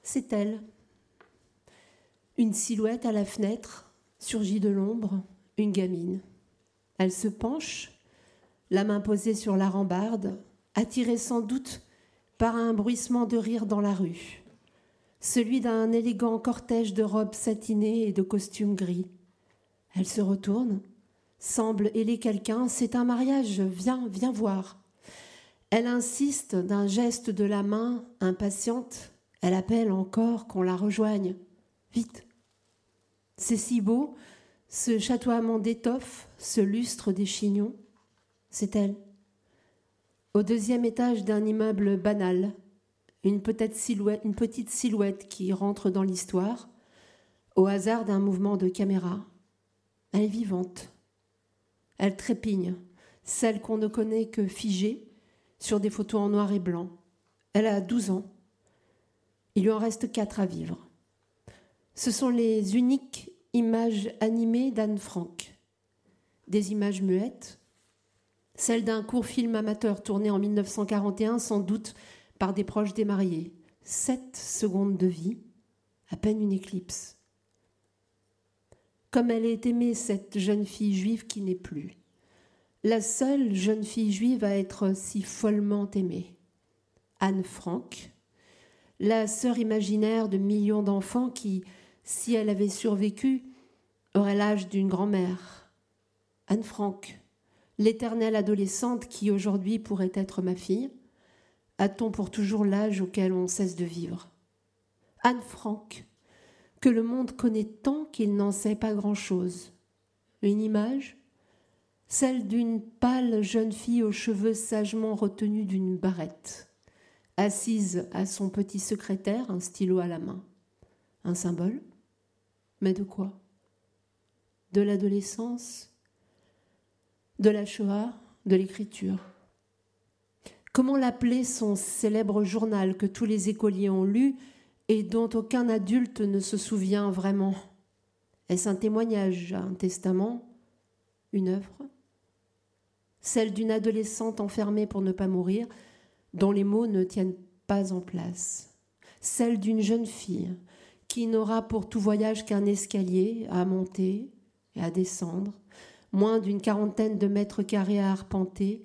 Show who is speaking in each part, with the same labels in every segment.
Speaker 1: C'est elle. Une silhouette à la fenêtre, surgit de l'ombre, une gamine. Elle se penche, la main posée sur la rambarde, attirée sans doute par un bruissement de rire dans la rue, celui d'un élégant cortège de robes satinées et de costumes gris. Elle se retourne, semble héler quelqu'un. C'est un mariage, viens voir. Elle insiste d'un geste de la main, impatiente. Elle appelle encore qu'on la rejoigne. Vite. C'est si beau, ce chatoiement d'étoffe, ce lustre des chignons. C'est elle. Au deuxième étage d'un immeuble banal, une petite silhouette qui rentre dans l'histoire, au hasard d'un mouvement de caméra. Elle est vivante. Elle trépigne, celle qu'on ne connaît que figée, sur des photos en noir et blanc. Elle a 12 ans. Il lui en reste 4 à vivre. Ce sont les uniques images animées d'Anne Frank. Des images muettes, celles d'un court film amateur tourné en 1941, sans doute par des proches des mariés. 7 secondes de vie, à peine une éclipse. Comme elle est aimée, cette jeune fille juive qui n'est plus. La seule jeune fille juive à être si follement aimée. Anne Frank, la sœur imaginaire de millions d'enfants qui, si elle avait survécu, aurait l'âge d'une grand-mère. Anne Frank, l'éternelle adolescente qui aujourd'hui pourrait être ma fille. A-t-on pour toujours l'âge auquel on cesse de vivre? Anne Frank, que le monde connaît tant qu'il n'en sait pas grand-chose. Une image, celle d'une pâle jeune fille aux cheveux sagement retenus d'une barrette, assise à son petit secrétaire, un stylo à la main. Un symbole? Mais de quoi? De l'adolescence? De la Shoah? De l'écriture? Comment l'appeler son célèbre journal que tous les écoliers ont lu et dont aucun adulte ne se souvient vraiment? Est-ce un témoignage, un testament, une œuvre? Celle d'une adolescente enfermée pour ne pas mourir, dont les mots ne tiennent pas en place. Celle d'une jeune fille qui n'aura pour tout voyage qu'un escalier à monter et à descendre, moins d'une 40aine de mètres carrés à arpenter,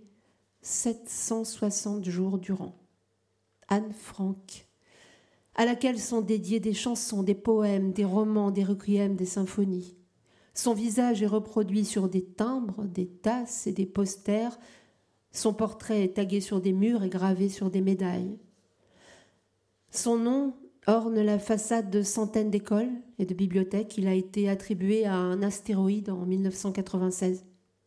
Speaker 1: 760 jours durant. Anne Frank, à laquelle sont dédiées des chansons, des poèmes, des romans, des requiems, des symphonies. Son visage est reproduit sur des timbres, des tasses et des posters. Son portrait est tagué sur des murs et gravé sur des médailles. Son nom orne la façade de centaines d'écoles et de bibliothèques. Il a été attribué à un astéroïde en 1996.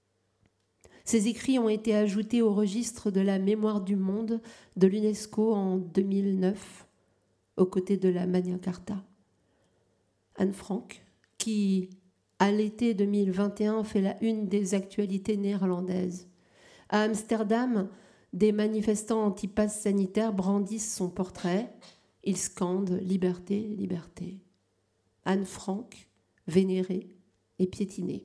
Speaker 1: Ses écrits ont été ajoutés au registre de la mémoire du monde de l'UNESCO en 2009, aux côtés de la Magna Carta. Anne Frank, qui, à l'été 2021, fait la une des actualités néerlandaises. À Amsterdam, des manifestants anti-pass sanitaires brandissent son portrait. Ils scandent « Liberté, liberté ». Anne Frank, vénérée et piétinée.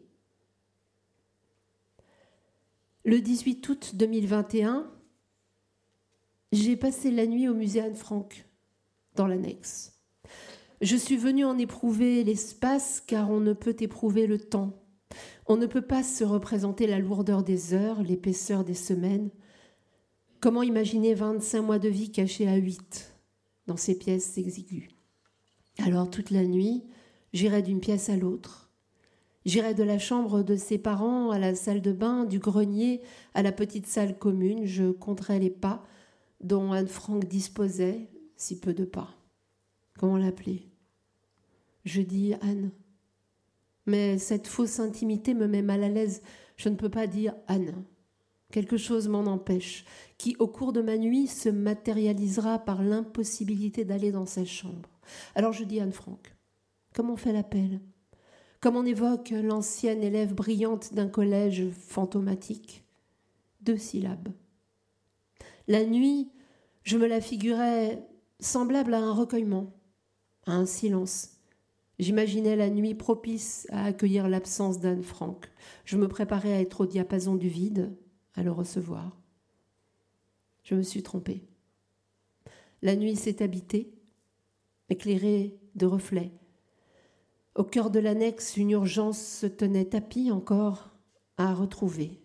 Speaker 1: Le 18 août 2021, j'ai passé la nuit au musée Anne Frank, dans l'annexe. Je suis venue en éprouver l'espace car on ne peut éprouver le temps. On ne peut pas se représenter la lourdeur des heures, l'épaisseur des semaines. Comment imaginer 25 mois de vie cachés à 8 dans ces pièces exiguës? Alors toute la nuit, j'irai d'une pièce à l'autre. J'irai de la chambre de ses parents à la salle de bain, du grenier à la petite salle commune. Je compterai les pas dont Anne Frank disposait, si peu de pas. Comment l'appeler? Je dis Anne. Mais cette fausse intimité me met mal à l'aise. Je ne peux pas dire Anne. Quelque chose m'en empêche, qui au cours de ma nuit se matérialisera par l'impossibilité d'aller dans sa chambre. Alors je dis Anne Frank. Comme on fait l'appel? Comme on évoque l'ancienne élève brillante d'un collège fantomatique? 2 syllabes. La nuit, je me la figurais semblable à un recueillement, à un silence. J'imaginais la nuit propice à accueillir l'absence d'Anne Frank. Je me préparais à être au diapason du vide, à le recevoir. Je me suis trompée. La nuit s'est habitée, éclairée de reflets. Au cœur de l'annexe, une urgence se tenait tapie encore à retrouver.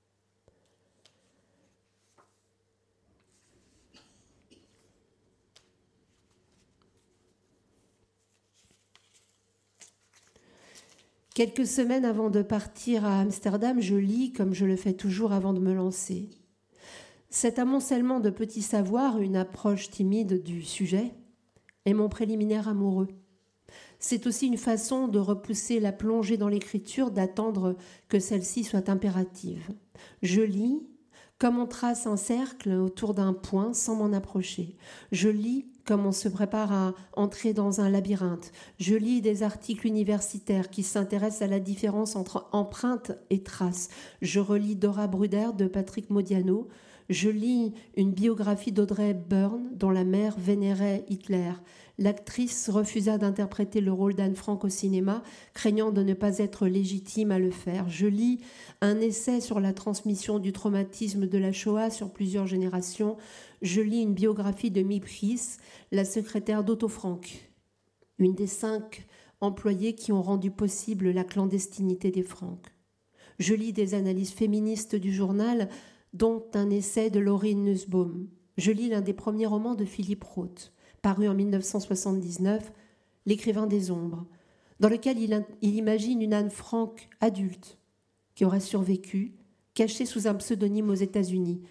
Speaker 1: Quelques semaines avant de partir à Amsterdam, je lis comme je le fais toujours avant de me lancer. Cet amoncellement de petits savoirs, une approche timide du sujet, est mon préliminaire amoureux. C'est aussi une façon de repousser la plongée dans l'écriture, d'attendre que celle-ci soit impérative. Je lis comme on trace un cercle autour d'un point sans m'en approcher. Je lis comme on se prépare à entrer dans un labyrinthe. Je lis des articles universitaires qui s'intéressent à la différence entre empreinte et trace. Je relis Dora Bruder de Patrick Modiano. Je lis une biographie d'Audrey Byrne dont la mère vénérait Hitler. L'actrice refusa d'interpréter le rôle d'Anne Frank au cinéma, craignant de ne pas être légitime à le faire. Je lis un essai sur la transmission du traumatisme de la Shoah sur plusieurs générations. Je lis une biographie de Mipris, la secrétaire d'Otto Frank, une des 5 employés qui ont rendu possible la clandestinité des Franks. Je lis des analyses féministes du journal, dont un essai de Laurine Nussbaum. Je lis l'un des premiers romans de Philippe Roth, paru en 1979, L'écrivain des ombres, dans lequel il imagine une Anne Frank adulte qui aurait survécu, cachée sous un pseudonyme aux États-Unis.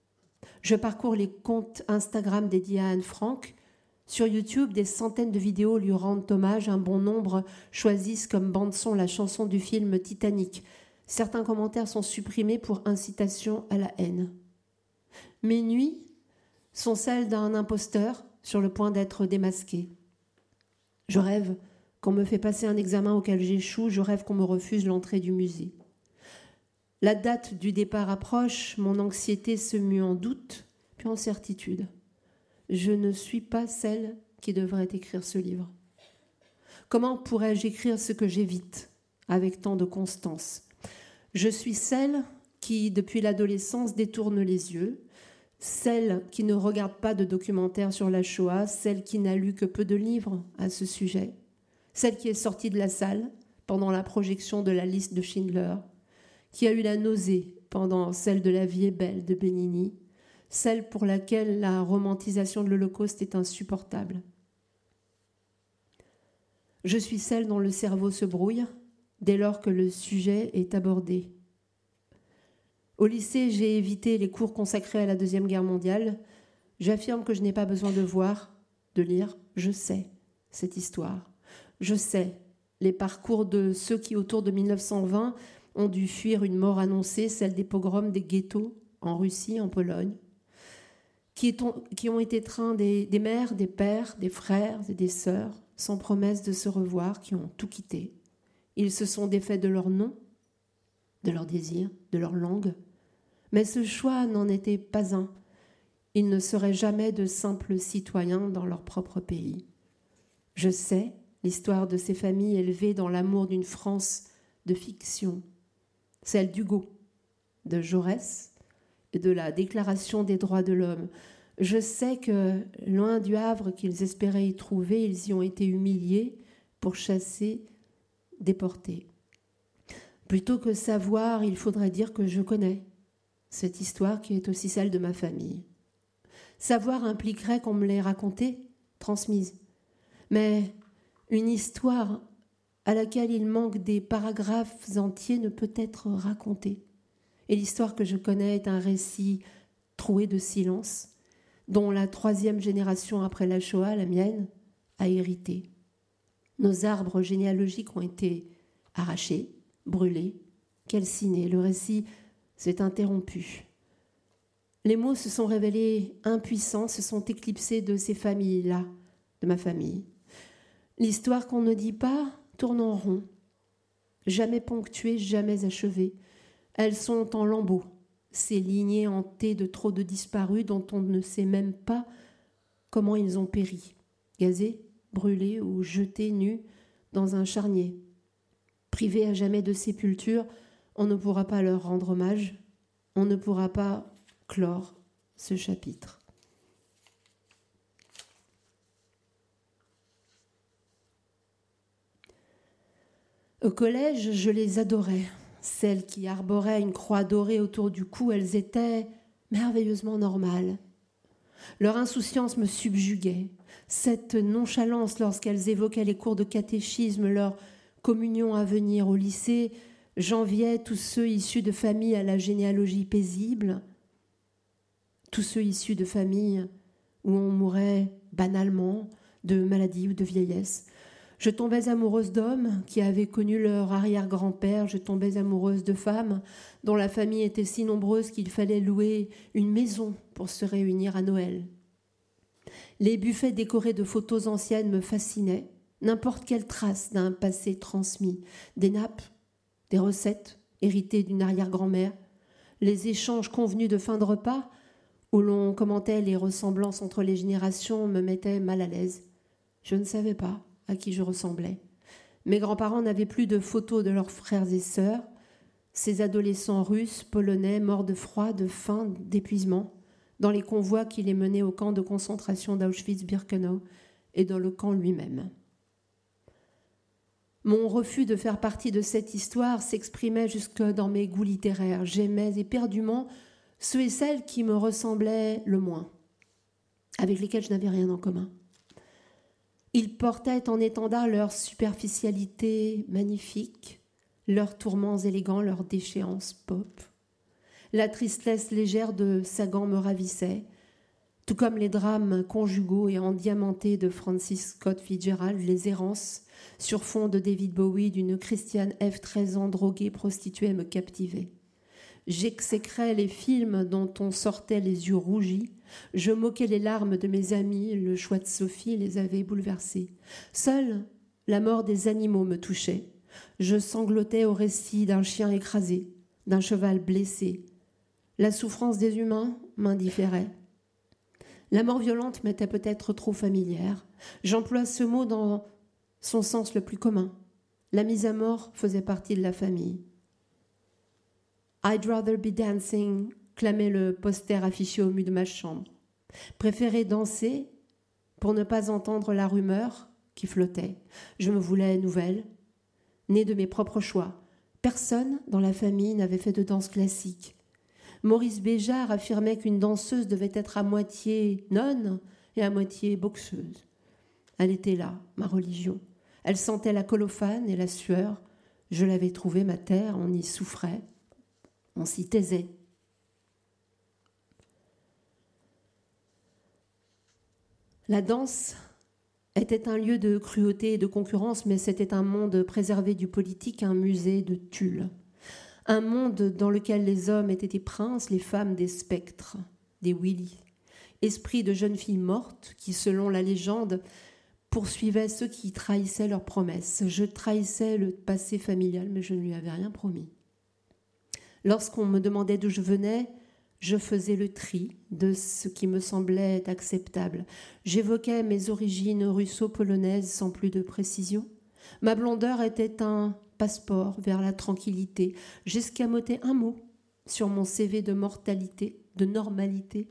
Speaker 1: Je parcours les comptes Instagram dédiés à Anne Frank. Sur YouTube, des centaines de vidéos lui rendent hommage. Un bon nombre choisissent comme bande-son la chanson du film Titanic. Certains commentaires sont supprimés pour incitation à la haine. Mes nuits sont celles d'un imposteur sur le point d'être démasqué. Je rêve qu'on me fait passer un examen auquel j'échoue. Je rêve qu'on me refuse l'entrée du musée. La date du départ approche, mon anxiété se mue en doute, puis en certitude. Je ne suis pas celle qui devrait écrire ce livre. Comment pourrais-je écrire ce que j'évite avec tant de constance ? Je suis celle qui, depuis l'adolescence, détourne les yeux, celle qui ne regarde pas de documentaires sur la Shoah, celle qui n'a lu que peu de livres à ce sujet, celle qui est sortie de la salle pendant la projection de la liste de Schindler, qui a eu la nausée pendant celle de La vie est belle de Benigni, celle pour laquelle la romantisation de l'Holocauste est insupportable. Je suis celle dont le cerveau se brouille dès lors que le sujet est abordé. Au lycée, j'ai évité les cours consacrés à la Deuxième Guerre mondiale. J'affirme que je n'ai pas besoin de voir, de lire. Je sais cette histoire. Je sais les parcours de ceux qui, autour de 1920, ont dû fuir une mort annoncée, celle des pogroms des ghettos en Russie, en Pologne, qui ont été étreints des mères, des pères, des frères et des sœurs, sans promesse de se revoir, qui ont tout quitté. Ils se sont défaits de leur nom, de leur désir, de leur langue. Mais ce choix n'en était pas un. Ils ne seraient jamais de simples citoyens dans leur propre pays. Je sais l'histoire de ces familles élevées dans l'amour d'une France de fiction, celle d'Hugo, de Jaurès et de la Déclaration des droits de l'homme. Je sais que, loin du Havre qu'ils espéraient y trouver, ils y ont été humiliés, pourchassés, déportés. Plutôt que savoir, il faudrait dire que je connais cette histoire qui est aussi celle de ma famille. Savoir impliquerait qu'on me l'ait racontée, transmise. Mais une histoire à laquelle il manque des paragraphes entiers ne peut être racontée. Et l'histoire que je connais est un récit troué de silence, dont la 3e génération après la Shoah, la mienne, a hérité. Nos arbres généalogiques ont été arrachés, brûlés, calcinés. Le récit s'est interrompu. Les mots se sont révélés impuissants, se sont éclipsés de ces familles-là, de ma famille. L'histoire qu'on ne dit pas tourne en rond, jamais ponctuée, jamais achevée. Elles sont en lambeaux, ces lignées hantées de trop de disparus dont on ne sait même pas comment ils ont péri, gazés, brûlés ou jetés nus dans un charnier. Privés à jamais de sépulture, on ne pourra pas leur rendre hommage, on ne pourra pas clore ce chapitre. Au collège, je les adorais. Celles qui arboraient une croix dorée autour du cou, elles étaient merveilleusement normales. Leur insouciance me subjuguait. Cette nonchalance lorsqu'elles évoquaient les cours de catéchisme, leur communion à venir au lycée, j'enviais tous ceux issus de familles à la généalogie paisible, tous ceux issus de familles où on mourait banalement de maladie ou de vieillesse. Je tombais amoureuse d'hommes qui avaient connu leur arrière-grand-père, je tombais amoureuse de femmes dont la famille était si nombreuse qu'il fallait louer une maison pour se réunir à Noël. Les buffets décorés de photos anciennes me fascinaient, n'importe quelle trace d'un passé transmis, des nappes, des recettes héritées d'une arrière-grand-mère, les échanges convenus de fin de repas où l'on commentait les ressemblances entre les générations me mettaient mal à l'aise. Je ne savais pas à qui je ressemblais. Mes grands-parents n'avaient plus de photos de leurs frères et sœurs, ces adolescents russes, polonais, morts de froid, de faim, d'épuisement, dans les convois qui les menaient au camp de concentration d'Auschwitz-Birkenau et dans le camp lui-même. Mon refus de faire partie de cette histoire s'exprimait jusque dans mes goûts littéraires. J'aimais éperdument ceux et celles qui me ressemblaient le moins, avec lesquels je n'avais rien en commun. Ils portaient en étendard leur superficialité magnifique, leurs tourments élégants, leur déchéance pop. La tristesse légère de Sagan me ravissait, tout comme les drames conjugaux et endiamantés de Francis Scott Fitzgerald, les errances sur fond de David Bowie d'une Christiane F. 13 ans droguée prostituée me captivaient. J'exécrais les films dont on sortait les yeux rougis. Je moquais les larmes de mes amis. Le choix de Sophie les avait bouleversés. Seule la mort des animaux me touchait. Je sanglotais au récit d'un chien écrasé, d'un cheval blessé. La souffrance des humains m'indifférait. La mort violente m'était peut-être trop familière. J'emploie ce mot dans son sens le plus commun. La mise à mort faisait partie de la famille. I'd rather be dancing, clamait le poster affiché au mur de ma chambre. Préférer danser pour ne pas entendre la rumeur qui flottait. Je me voulais nouvelle, née de mes propres choix. Personne dans la famille n'avait fait de danse classique. Maurice Béjart affirmait qu'une danseuse devait être à moitié nonne et à moitié boxeuse. Elle était là, ma religion. Elle sentait la colophane et la sueur. Je l'avais trouvée, ma terre, on y souffrait. On s'y taisait. La danse était un lieu de cruauté et de concurrence, mais c'était un monde préservé du politique, un musée de Tulle. Un monde dans lequel les hommes étaient des princes, les femmes des spectres, des Willy. Esprits de jeunes filles mortes qui, selon la légende, poursuivaient ceux qui trahissaient leurs promesses. Je trahissais le passé familial, mais je ne lui avais rien promis. Lorsqu'on me demandait d'où je venais, je faisais le tri de ce qui me semblait acceptable. J'évoquais mes origines russo-polonaises sans plus de précision. Ma blondeur était un passeport vers la tranquillité. J'escamotais un mot sur mon CV de normalité.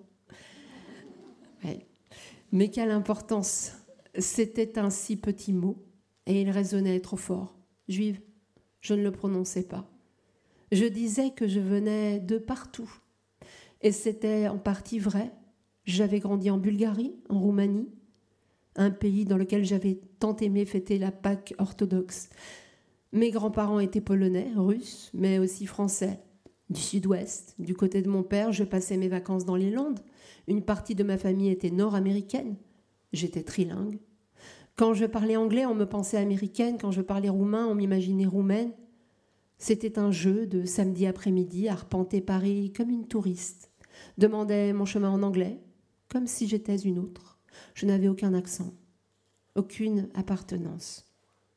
Speaker 1: Ouais. Mais quelle importance! C'était un si petit mot et il résonnait trop fort. Juive, je ne le prononçais pas. Je disais que je venais de partout. Et c'était en partie vrai. J'avais grandi en Bulgarie, en Roumanie, un pays dans lequel j'avais tant aimé fêter la Pâque orthodoxe. Mes grands-parents étaient polonais, russes, mais aussi français. Du sud-ouest, du côté de mon père, je passais mes vacances dans les Landes. Une partie de ma famille était nord-américaine. J'étais trilingue. Quand je parlais anglais, on me pensait américaine. Quand je parlais roumain, on m'imaginait roumaine. C'était un jeu de samedi après-midi, arpenter Paris comme une touriste. Demandais mon chemin en anglais, comme si j'étais une autre. Je n'avais aucun accent, aucune appartenance.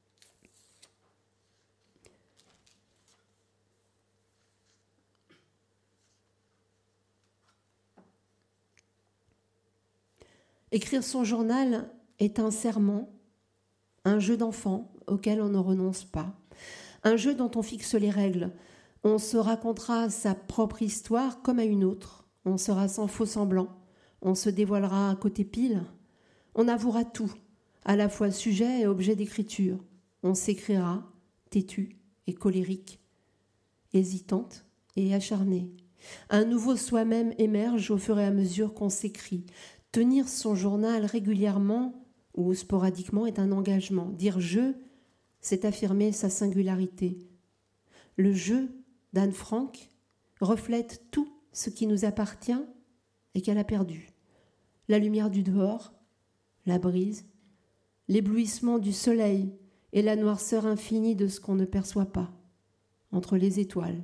Speaker 1: Écrire son journal est un serment, un jeu d'enfant auquel on ne renonce pas. Un jeu dont on fixe les règles. On se racontera sa propre histoire comme à une autre. On sera sans faux semblant. On se dévoilera à côté pile. On avouera tout, à la fois sujet et objet d'écriture. On s'écrira têtue et colérique, hésitante et acharnée. Un nouveau soi-même émerge au fur et à mesure qu'on s'écrit. Tenir son journal régulièrement ou sporadiquement est un engagement. Dire « je », c'est affirmer sa singularité. Le « je » d'Anne Frank reflète tout ce qui nous appartient et qu'elle a perdu. La lumière du dehors, la brise, l'éblouissement du soleil et la noirceur infinie de ce qu'on ne perçoit pas, entre les étoiles.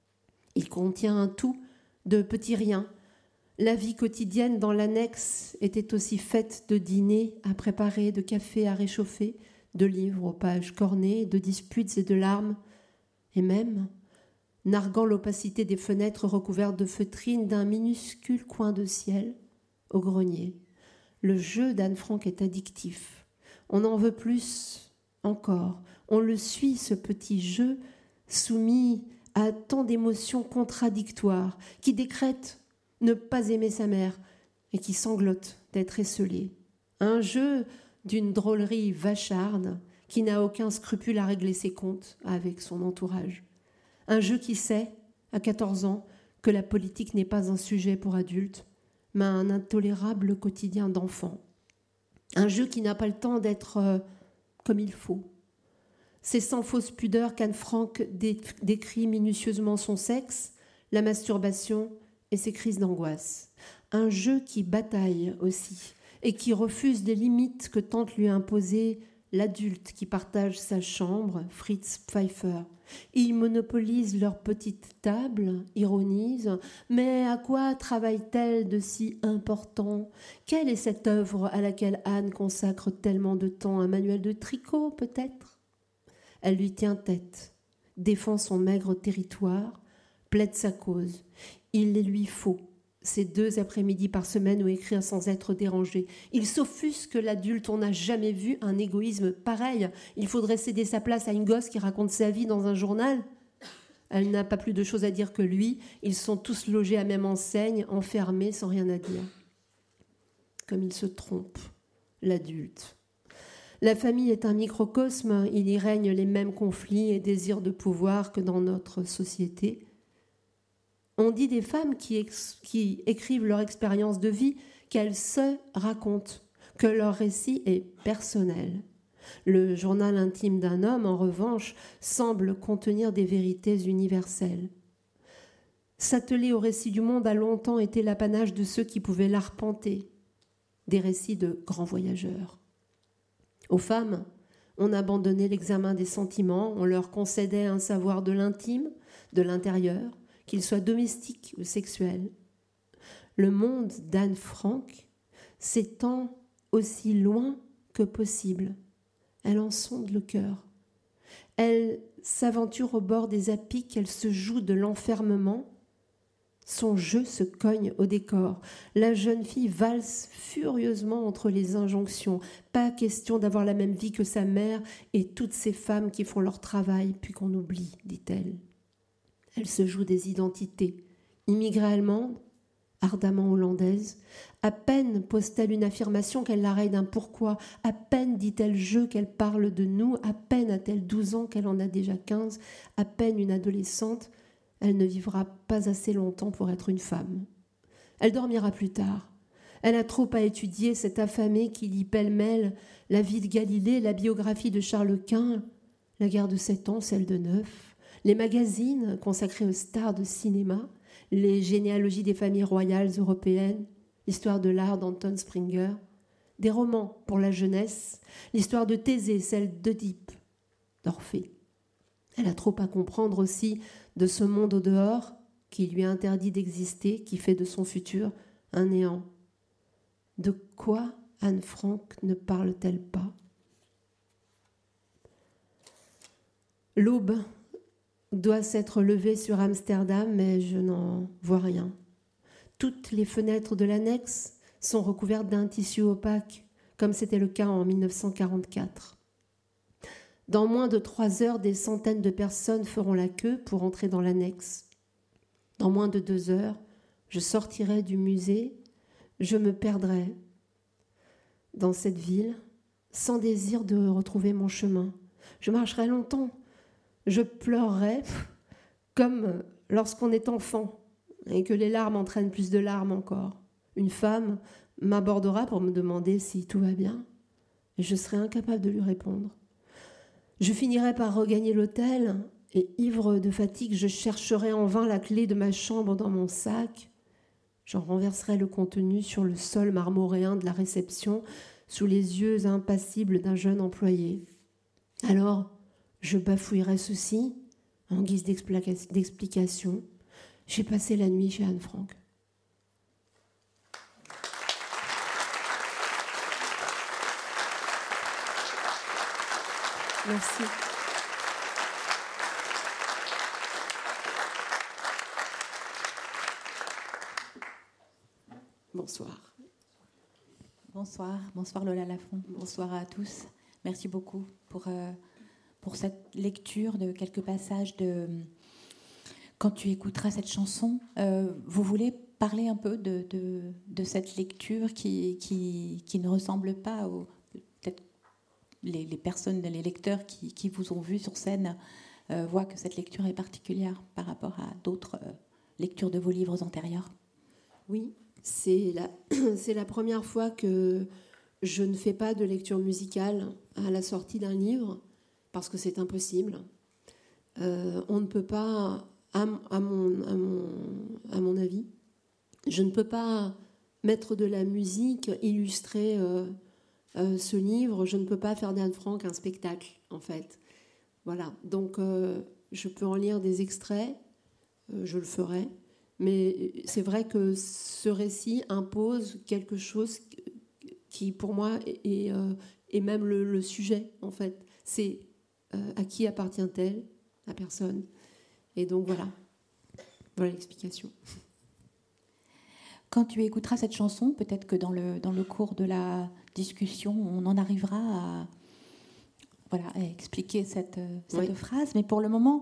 Speaker 1: Il contient un tout de petits riens. La vie quotidienne dans l'annexe était aussi faite de dîners à préparer, de cafés à réchauffer, de livres aux pages cornées, de disputes et de larmes, et même, narguant l'opacité des fenêtres recouvertes de feutrines d'un minuscule coin de ciel, au grenier. Le jeu d'Anne Frank est addictif. On en veut plus encore. On le suit, ce petit jeu, soumis à tant d'émotions contradictoires, qui décrète ne pas aimer sa mère et qui sanglote d'être esseulé. Un jeu d'une drôlerie vacharde qui n'a aucun scrupule à régler ses comptes avec son entourage. Un jeu qui sait, à 14 ans, que la politique n'est pas un sujet pour adultes, mais un intolérable quotidien d'enfant. Un jeu qui n'a pas le temps d'être comme il faut. C'est sans fausse pudeur qu'Anne Frank décrit minutieusement son sexe, la masturbation et ses crises d'angoisse. Un jeu qui bataille aussi et qui refuse des limites que tente lui imposer l'adulte qui partage sa chambre, Fritz Pfeiffer. Ils monopolisent leur petite table, ironisent. Mais à quoi travaille-t-elle de si important ? Quelle est cette œuvre à laquelle Anne consacre tellement de temps ? Un manuel de tricot, peut-être ? Elle lui tient tête, défend son maigre territoire, plaide sa cause. Il les lui faut, ces 2 après-midi par semaine où écrire sans être dérangé. Il s'offusque l'adulte, on n'a jamais vu un égoïsme pareil. Il faudrait céder sa place à une gosse qui raconte sa vie dans un journal. Elle n'a pas plus de choses à dire que lui. Ils sont tous logés à même enseigne, enfermés sans rien à dire. Comme il se trompe, l'adulte. La famille est un microcosme, il y règne les mêmes conflits et désirs de pouvoir que dans notre société. On dit des femmes qui écrivent leur expérience de vie qu'elles se racontent, que leur récit est personnel. Le journal intime d'un homme, en revanche, semble contenir des vérités universelles. S'atteler au récit du monde a longtemps été l'apanage de ceux qui pouvaient l'arpenter, des récits de grands voyageurs. Aux femmes, on abandonnait l'examen des sentiments, on leur concédait un savoir de l'intime, de l'intérieur, qu'il soit domestique ou sexuel. Le monde d'Anne Frank s'étend aussi loin que possible. Elle en sonde le cœur. Elle s'aventure au bord des apics, elle se joue de l'enfermement. Son jeu se cogne au décor. La jeune fille valse furieusement entre les injonctions. Pas question d'avoir la même vie que sa mère et toutes ces femmes qui font leur travail puis qu'on oublie, dit-elle. Elle se joue des identités. Immigrée allemande, ardemment hollandaise. À peine pose-t-elle une affirmation qu'elle la raye d'un pourquoi. À peine dit-elle « je » qu'elle parle de nous. À peine a-t-elle 12 ans qu'elle en a déjà 15. À peine une adolescente. Elle ne vivra pas assez longtemps pour être une femme. Elle dormira plus tard. Elle a trop à étudier, cette affamée qui lit pêle-mêle la vie de Galilée, la biographie de Charles Quint, la guerre de 7 ans, celle de 9, les magazines consacrés aux stars de cinéma, les généalogies des familles royales européennes, l'histoire de l'art d'Anton Springer, des romans pour la jeunesse, l'histoire de Thésée, celle d'Œdipe, d'Orphée. Elle a trop à comprendre aussi de ce monde au dehors qui lui interdit d'exister, qui fait de son futur un néant. De quoi Anne Frank ne parle-t-elle pas ? L'aube doit s'être levée sur Amsterdam, mais je n'en vois rien. Toutes les fenêtres de l'annexe sont recouvertes d'un tissu opaque, comme c'était le cas en 1944. Dans moins de 3 heures, des centaines de personnes feront la queue pour entrer dans l'annexe. Dans moins de 2 heures, je sortirai du musée, je me perdrai dans cette ville, sans désir de retrouver mon chemin. Je marcherai longtemps, je pleurerais comme lorsqu'on est enfant et que les larmes entraînent plus de larmes encore. Une femme m'abordera pour me demander si tout va bien et je serai incapable de lui répondre. Je finirai par regagner l'hôtel et, ivre de fatigue, je chercherai en vain la clé de ma chambre dans mon sac. J'en renverserai le contenu sur le sol marmoréen de la réception sous les yeux impassibles d'un jeune employé. Alors, je bafouillerai ceci en guise d'explication. J'ai passé la nuit chez Anne Frank. Merci. Bonsoir.
Speaker 2: Bonsoir Lola Lafont. Bonsoir à tous. Merci beaucoup pour cette lecture de quelques passages de... Quand tu écouteras cette chanson, vous voulez parler un peu de cette lecture qui ne ressemble pas aux... Peut-être les personnes, les lecteurs qui vous ont vu sur scène voient que cette lecture est particulière par rapport à d'autres lectures de vos livres antérieurs.
Speaker 1: Oui, c'est la première fois que je ne fais pas de lecture musicale à la sortie d'un livre, parce que c'est impossible. On ne peut pas, à mon avis, je ne peux pas mettre de la musique, illustrer ce livre. Je ne peux pas faire d'Anne Frank un spectacle, en fait. Voilà, donc je peux en lire des extraits, je le ferai. Mais c'est vrai que ce récit impose quelque chose qui, pour moi, est même le sujet, en fait. C'est à qui appartient-elle, la personne. Et donc, voilà l'explication.
Speaker 2: Quand tu écouteras cette chanson, peut-être que dans le cours de la discussion, on en arrivera à expliquer cette phrase. Mais pour le moment...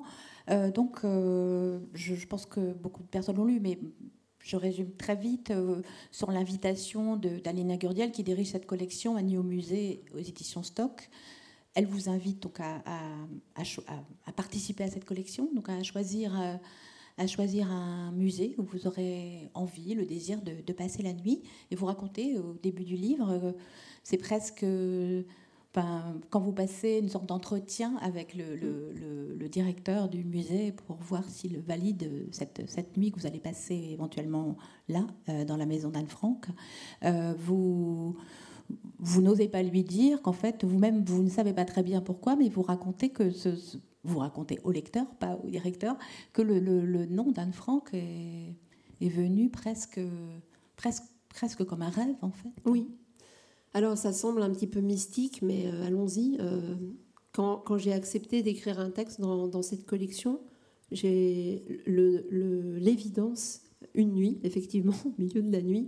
Speaker 2: je pense que beaucoup de personnes l'ont lu, mais je résume très vite sur l'invitation d'Alina Gurdiel qui dirige cette collection Annie au musée aux éditions Stock. Elle vous invite donc à participer à cette collection, donc à choisir un musée où vous aurez envie, le désir de passer la nuit. Et vous racontez au début du livre, c'est presque... quand vous passez une sorte d'entretien avec le directeur du musée pour voir s'il valide cette nuit que vous allez passer éventuellement là, dans la maison d'Anne Frank, vous n'osez pas lui dire qu'en fait, vous-même, vous ne savez pas très bien pourquoi, mais vous racontez vous racontez au lecteur, pas au directeur, que le nom d'Anne Frank est venu presque comme un rêve, en fait.
Speaker 1: Oui. Alors, ça semble un petit peu mystique, mais allons-y. Quand j'ai accepté d'écrire un texte dans cette collection, j'ai l'évidence, une nuit, effectivement, au milieu de la nuit,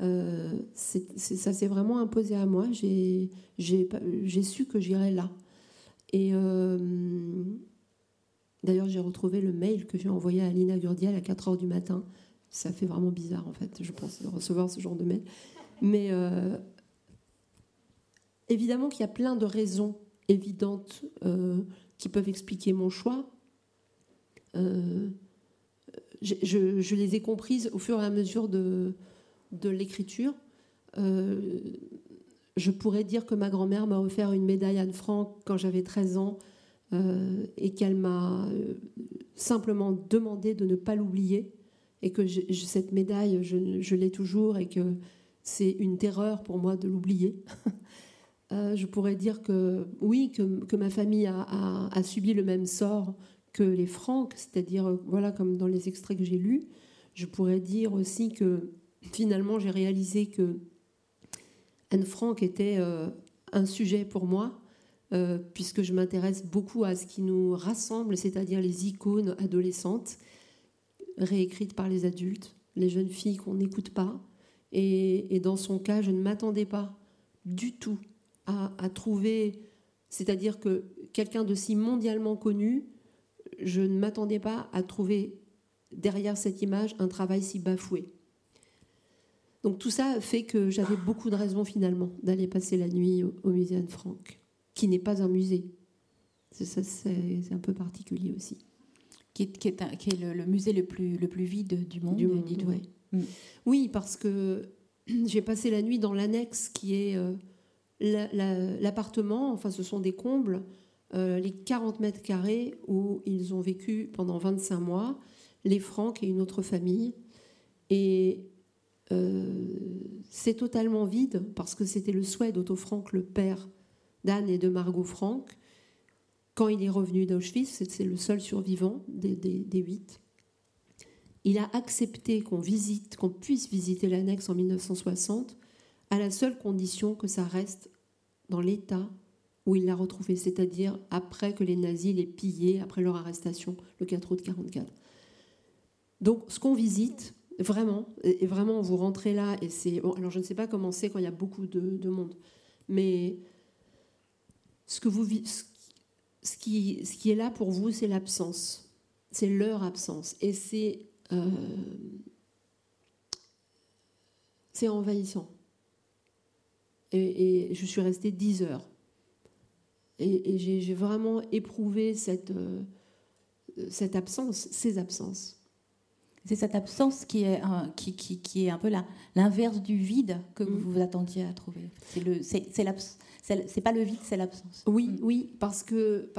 Speaker 1: ça s'est vraiment imposé à moi. J'ai su que j'irais là. Et d'ailleurs, j'ai retrouvé le mail que j'ai envoyé à Alina Gurdiel à 4h du matin. Ça fait vraiment bizarre, en fait, je pense, de recevoir ce genre de mail. Mais... évidemment qu'il y a plein de raisons évidentes qui peuvent expliquer mon choix. Je les ai comprises au fur et à mesure de l'écriture. Je pourrais dire que ma grand-mère m'a offert une médaille Anne Frank quand j'avais 13 ans et qu'elle m'a simplement demandé de ne pas l'oublier et que cette médaille, je l'ai toujours et que c'est une terreur pour moi de l'oublier. Je pourrais dire que oui, que ma famille a subi le même sort que les Frank, c'est-à-dire voilà, comme dans les extraits que j'ai lus. Je pourrais dire aussi que finalement j'ai réalisé que Anne Frank était un sujet pour moi, puisque je m'intéresse beaucoup à ce qui nous rassemble, c'est-à-dire les icônes adolescentes réécrites par les adultes, les jeunes filles qu'on n'écoute pas. Et dans son cas, je ne m'attendais pas du tout à trouver, c'est-à-dire que quelqu'un de si mondialement connu, je ne m'attendais pas à trouver derrière cette image un travail si bafoué. Donc tout ça fait que j'avais beaucoup de raisons finalement d'aller passer la nuit au musée Anne Frank, qui n'est pas un musée. C'est un peu particulier aussi.
Speaker 2: Qui est le musée le plus vide du monde.
Speaker 1: Ouais. Oui, parce que j'ai passé la nuit dans l'annexe qui est l'appartement, enfin ce sont des combles, les 40 mètres carrés où ils ont vécu pendant 25 mois, les Franck et une autre famille. Et c'est totalement vide parce que c'était le souhait d'Otto Frank, le père d'Anne et de Margot Frank. Quand il est revenu d'Auschwitz, c'est le seul survivant des 8. Il a accepté qu'on puisse visiter l'annexe en 1960 à la seule condition que ça reste dans l'état où il l'a retrouvé, c'est-à-dire après que les nazis l'aient pillé, après leur arrestation, le 4 août 1944. Donc ce qu'on visite, vraiment, et vraiment vous rentrez là, et c'est... Bon, alors je ne sais pas comment c'est quand il y a beaucoup de monde, mais ce qui est là pour vous, c'est l'absence. C'est leur absence. Et c'est envahissant. Et je suis restée 10 heures. Et j'ai vraiment éprouvé cette absence, ces absences.
Speaker 2: C'est cette absence qui est un peu l'inverse du vide que vous vous attendiez à trouver. C'est pas le vide, c'est l'absence.
Speaker 1: Oui, parce que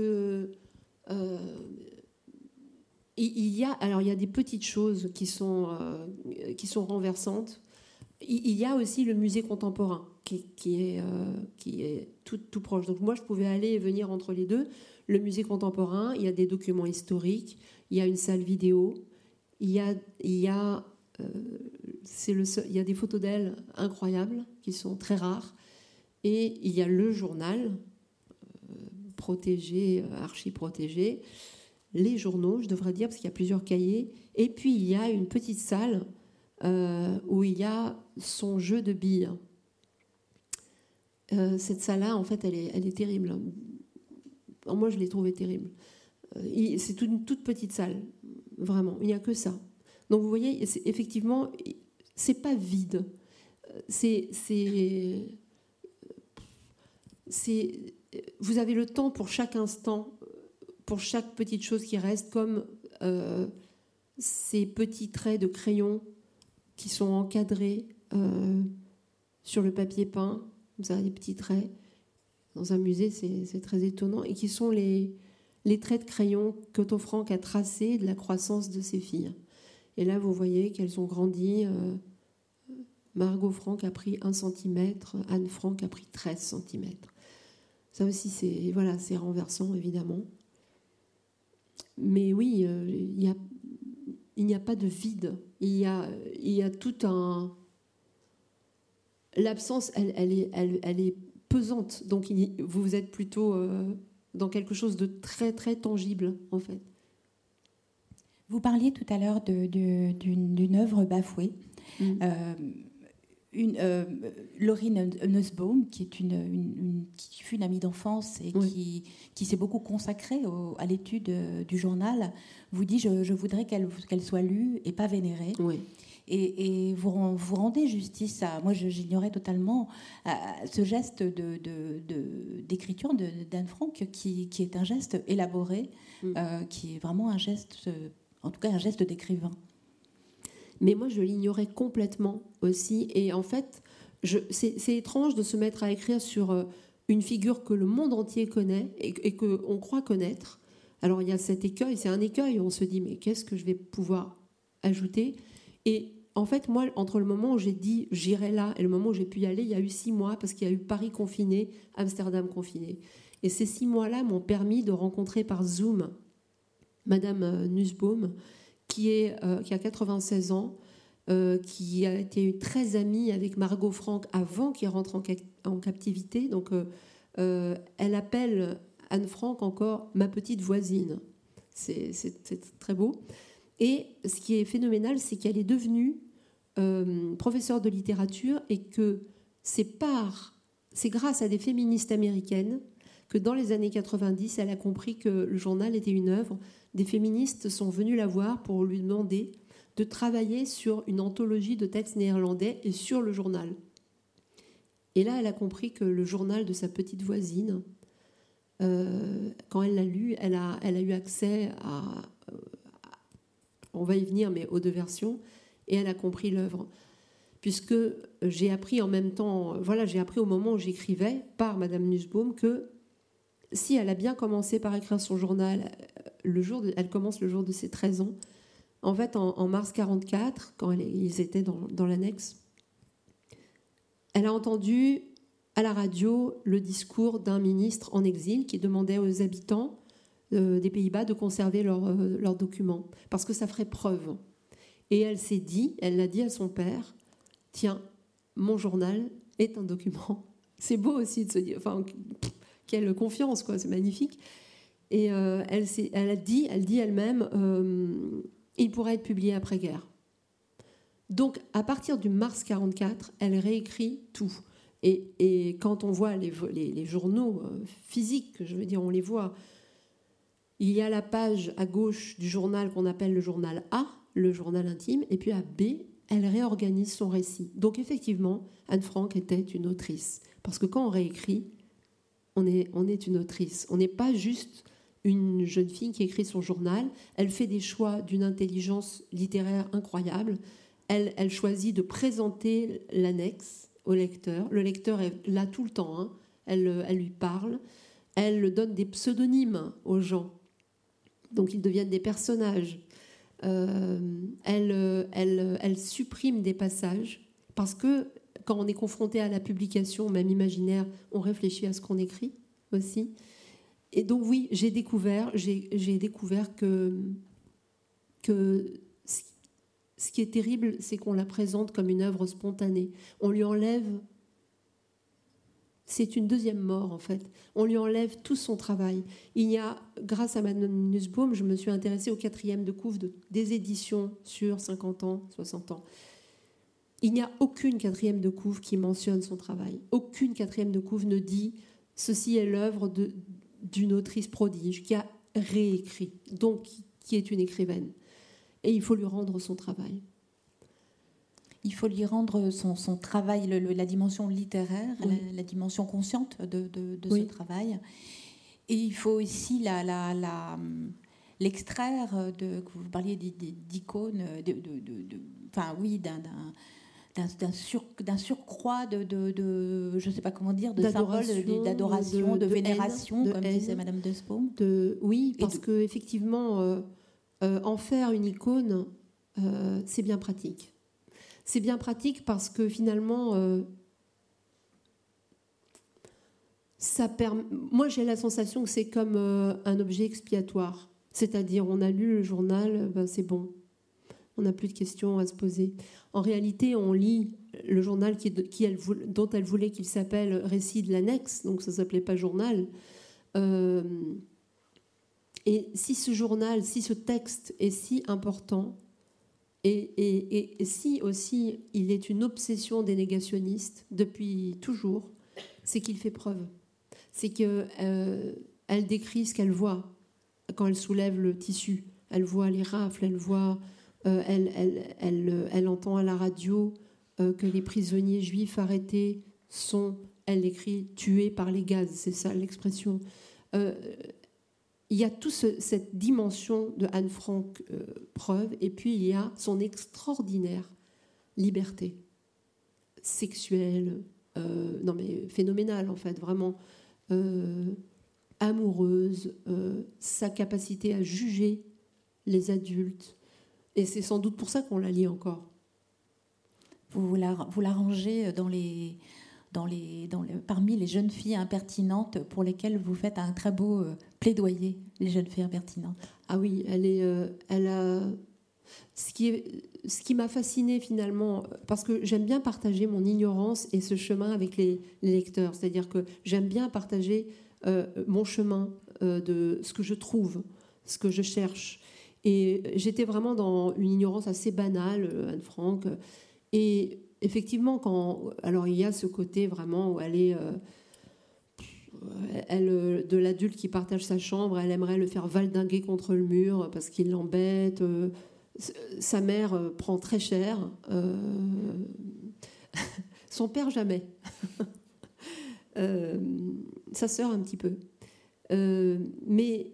Speaker 1: il y a des petites choses qui sont renversantes. Il y a aussi le musée contemporain qui est tout proche. Donc moi, je pouvais aller et venir entre les deux. Le musée contemporain, il y a des documents historiques, il y a une salle vidéo, il y a des photos d'elle incroyables qui sont très rares, et il y a le journal protégé, archi-protégé, les journaux, je devrais dire, parce qu'il y a plusieurs cahiers, et puis il y a une petite salle où il y a son jeu de billes. Cette salle-là, en fait, elle est terrible. Moi, je l'ai trouvée terrible. C'est une toute petite salle, vraiment. Il n'y a que ça. Donc, vous voyez, effectivement, c'est pas vide. Vous avez le temps pour chaque instant, pour chaque petite chose qui reste, comme ces petits traits de crayon qui sont encadrés sur le papier peint. Vous avez des petits traits. Dans un musée, c'est très étonnant. Et qui sont les traits de crayon qu'Otto Frank a tracés de la croissance de ses filles. Et là, vous voyez qu'elles ont grandi. Margot Frank a pris 1 cm, Anne Frank a pris 13 cm. Ça aussi, c'est renversant, évidemment. Mais oui, il n'y a pas de vide. Il y a tout un... L'absence, elle est pesante. Donc, vous êtes plutôt dans quelque chose de très, très tangible, en fait.
Speaker 2: Vous parliez tout à l'heure d'une œuvre bafouée. Laurie Nussbaum, qui fut une amie d'enfance et qui s'est beaucoup consacrée à l'étude du journal, vous dit je voudrais qu'elle soit lue et pas vénérée.
Speaker 1: Oui.
Speaker 2: Et vous rendez justice à... Moi, j'ignorais totalement ce geste d'écriture d'Anne Frank, qui est un geste élaboré, qui est vraiment un geste, en tout cas un geste d'écrivain.
Speaker 1: Mais moi, je l'ignorais complètement aussi. Et en fait, c'est étrange de se mettre à écrire sur une figure que le monde entier connaît et qu'on croit connaître. Alors, il y a cet écueil, c'est un écueil, on se dit, mais qu'est-ce que je vais pouvoir ajouter ? Et en fait, moi, entre le moment où j'ai dit j'irai là et le moment où j'ai pu y aller, il y a eu 6 mois parce qu'il y a eu Paris confiné, Amsterdam confiné. Et ces 6 mois-là m'ont permis de rencontrer par Zoom Madame Nussbaum, qui a 96 ans, qui a été très amie avec Margot Frank avant qu'elle rentre en captivité. Donc, elle appelle Anne Frank encore ma petite voisine. C'est très beau. Et ce qui est phénoménal, c'est qu'elle est devenue professeure de littérature et que c'est grâce à des féministes américaines que dans les années 90, elle a compris que le journal était une œuvre. Des féministes sont venues la voir pour lui demander de travailler sur une anthologie de textes néerlandais et sur le journal. Et là, elle a compris que le journal de sa petite voisine quand elle l'a lu, elle a eu accès on va y venir, mais aux 2 versions, et elle a compris l'œuvre. Puisque j'ai appris en même temps, j'ai appris au moment où j'écrivais par Madame Nussbaum que si elle a bien commencé par écrire son journal, elle commence le jour de ses 13 ans, en fait en mars 1944, quand ils étaient dans l'annexe, elle a entendu à la radio le discours d'un ministre en exil qui demandait aux habitants des Pays-Bas de conserver leurs documents, parce que ça ferait preuve. Et elle l'a dit à son père, tiens, mon journal est un document. C'est beau aussi de se dire, quelle confiance, quoi, c'est magnifique. Et elle dit elle-même, il pourrait être publié après-guerre. Donc, à partir du mars 1944, elle réécrit tout. Et quand on voit les journaux physiques, je veux dire, on les voit, il y a la page à gauche du journal qu'on appelle le journal A, le journal intime, et puis à B, elle réorganise son récit. Donc effectivement, Anne Frank était une autrice. Parce que quand on réécrit, on est une autrice. On n'est pas juste une jeune fille qui écrit son journal. Elle fait des choix d'une intelligence littéraire incroyable. Elle choisit de présenter l'annexe au lecteur. Le lecteur est là tout le temps, hein. Elle lui parle. Elle donne des pseudonymes aux gens. Donc ils deviennent des personnages. Elle supprime des passages parce que quand on est confronté à la publication, même imaginaire, on réfléchit à ce qu'on écrit aussi. Et donc oui, j'ai découvert que ce qui est terrible, c'est qu'on la présente comme une œuvre spontanée. On lui enlève... C'est une deuxième mort, en fait. On lui enlève tout son travail. Il y a, grâce à Madame Nussbaum, je me suis intéressée au 4e de couve des éditions sur 50 ans, 60 ans. Il n'y a aucune 4e de couve qui mentionne son travail. Aucune 4e de couve ne dit « ceci est l'œuvre d'une autrice prodige qui a réécrit, donc qui est une écrivaine. » Et il faut lui rendre son travail.
Speaker 2: Il faut lui rendre son travail, la dimension littéraire, oui. la dimension consciente de oui. ce travail. Et il faut aussi l'extraire, vous parliez d'icônes, d'un surcroît de je ne sais pas comment dire, de symboles, d'adoration, de vénération, comme disait Madame Nussbaum.
Speaker 1: Oui, parce qu'effectivement, en faire une icône, c'est bien pratique. C'est bien pratique parce que finalement, moi j'ai la sensation que c'est comme un objet expiatoire. C'est-à-dire, on a lu le journal, c'est bon. On n'a plus de questions à se poser. En réalité, on lit le journal dont elle voulait qu'il s'appelle Récit de l'annexe, donc ça ne s'appelait pas journal. Et si ce texte est si important, et si aussi il est une obsession des négationnistes depuis toujours, c'est qu'il fait preuve. C'est qu'elle décrit ce qu'elle voit quand elle soulève le tissu. Elle voit les rafles, elle voit, elle entend à la radio que les prisonniers juifs arrêtés sont, elle écrit, tués par les gaz. C'est ça l'expression. Il y a toute cette dimension de Anne Frank preuve, et puis il y a son extraordinaire liberté sexuelle, phénoménale en fait, vraiment amoureuse, sa capacité à juger les adultes, et c'est sans doute pour ça qu'on la lit encore.
Speaker 2: Vous la rangez parmi les jeunes filles impertinentes pour lesquelles vous faites un très beau plaidoyer, les jeunes filles impertinentes.
Speaker 1: Ah oui, elle a... Ce qui m'a fascinée finalement, parce que j'aime bien partager mon ignorance et ce chemin avec les lecteurs, c'est-à-dire que j'aime bien partager mon chemin de ce que je trouve, ce que je cherche. Et j'étais vraiment dans une ignorance assez banale, Anne Frank, et effectivement, alors il y a ce côté vraiment où elle est, de l'adulte qui partage sa chambre, elle aimerait le faire valdinguer contre le mur parce qu'il l'embête. Sa mère prend très cher, son père jamais, sa sœur un petit peu. Mais,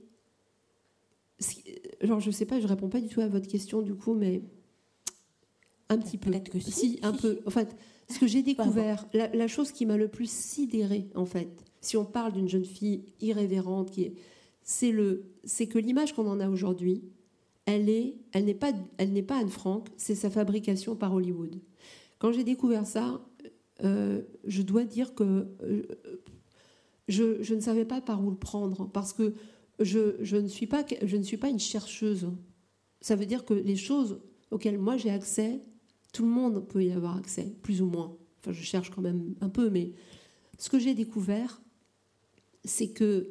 Speaker 1: genre, je sais pas, je réponds pas du tout à votre question du coup, mais un petit peu.
Speaker 2: Peut-être que si.
Speaker 1: Un peu. En fait, ce que j'ai découvert, la chose qui m'a le plus sidérée, en fait, si on parle d'une jeune fille irrévérente, c'est que l'image qu'on en a aujourd'hui, elle n'est pas Anne Frank, c'est sa fabrication par Hollywood. Quand j'ai découvert ça, je dois dire que je ne savais pas par où le prendre, parce que je ne suis pas une chercheuse. Ça veut dire que les choses auxquelles moi j'ai accès, tout le monde peut y avoir accès, plus ou moins. Enfin, je cherche quand même un peu, mais ce que j'ai découvert, c'est que